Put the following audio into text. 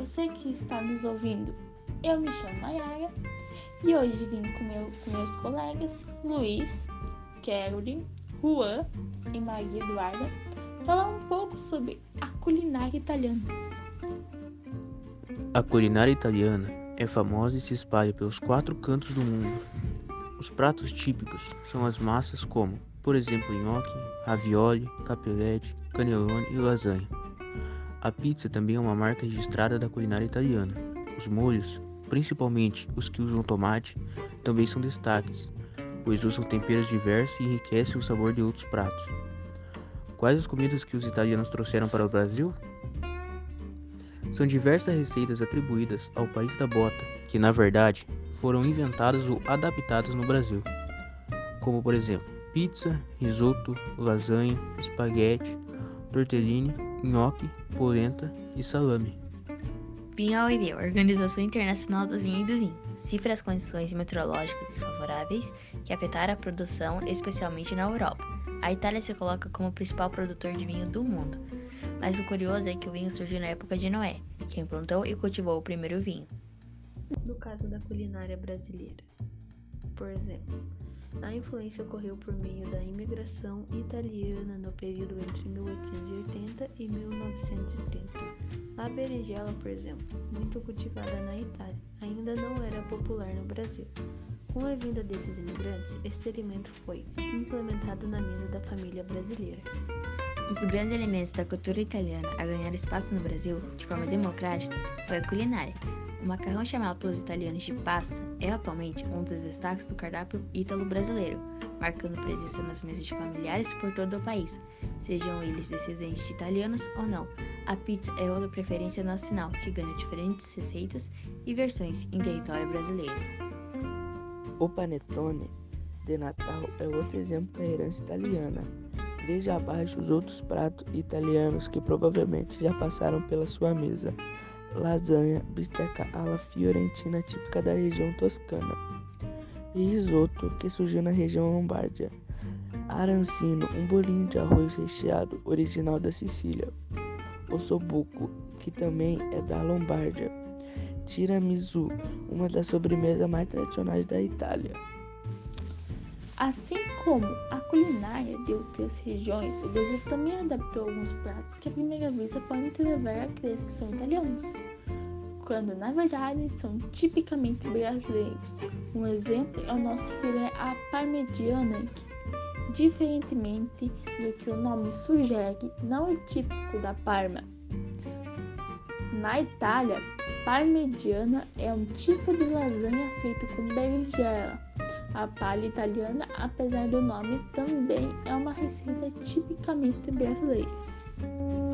você que está nos ouvindo. Eu me chamo Mayara e hoje vim com meus colegas Luiz, Caroline, Juan e Maria Eduarda falar um pouco sobre a culinária italiana. A culinária italiana é famosa e se espalha pelos 4 cantos do mundo. Os pratos típicos são as massas como, por exemplo, nhoque, ravioli, capelletti, cannelloni e lasanha. A pizza também é uma marca registrada da culinária italiana. Os molhos, principalmente os que usam tomate, também são destaques, pois usam temperos diversos e enriquecem o sabor de outros pratos. Quais as comidas que os italianos trouxeram para o Brasil? São diversas receitas atribuídas ao país da bota, que na verdade foram inventadas ou adaptadas no Brasil, como por exemplo, pizza, risoto, lasanha, espaguete, tortellini, nhoque, polenta e salame. Vinho ao OIV, Organização Internacional do Vinho e do Vinho, cifra as condições meteorológicas desfavoráveis que afetaram a produção, especialmente na Europa. A Itália se coloca como o principal produtor de vinho do mundo, mas o curioso é que o vinho surgiu na época de Noé, quem plantou e cultivou o primeiro vinho. No caso da culinária brasileira, por exemplo, a influência ocorreu por meio da imigração italiana no período entre 1880 e 1930. A berinjela, por exemplo, muito cultivada na Itália, ainda não era popular no Brasil. Com a vinda desses imigrantes, este alimento foi implementado na mesa da família brasileira. Um dos grandes elementos da cultura italiana a ganhar espaço no Brasil, de forma democrática, foi a culinária. O macarrão chamado pelos italianos de pasta é atualmente um dos destaques do cardápio ítalo-brasileiro, marcando presença nas mesas de familiares por todo o país, sejam eles descendentes de italianos ou não. A pizza é outra preferência nacional que ganha diferentes receitas e versões em território brasileiro. O panetone de Natal é outro exemplo da herança italiana. Veja abaixo os outros pratos italianos que provavelmente já passaram pela sua mesa. Lasanha, bisteca alla fiorentina típica da região toscana, e risoto, que surgiu na região lombardia. Arancino, um bolinho de arroz recheado original da Sicília. Ossobuco, que também é da Lombardia. Tiramisu, uma das sobremesas mais tradicionais da Itália. Assim como a culinária de outras regiões, o Brasil também adaptou alguns pratos que à primeira vista podem te levar a crer que são italianos, quando na verdade são tipicamente brasileiros. Um exemplo é o nosso filé à parmegiana, que, diferentemente do que o nome sugere, não é típico da Parma. Na Itália, parmegiana é um tipo de lasanha feito com berinjela. A palha italiana, apesar do nome, também é uma receita tipicamente brasileira.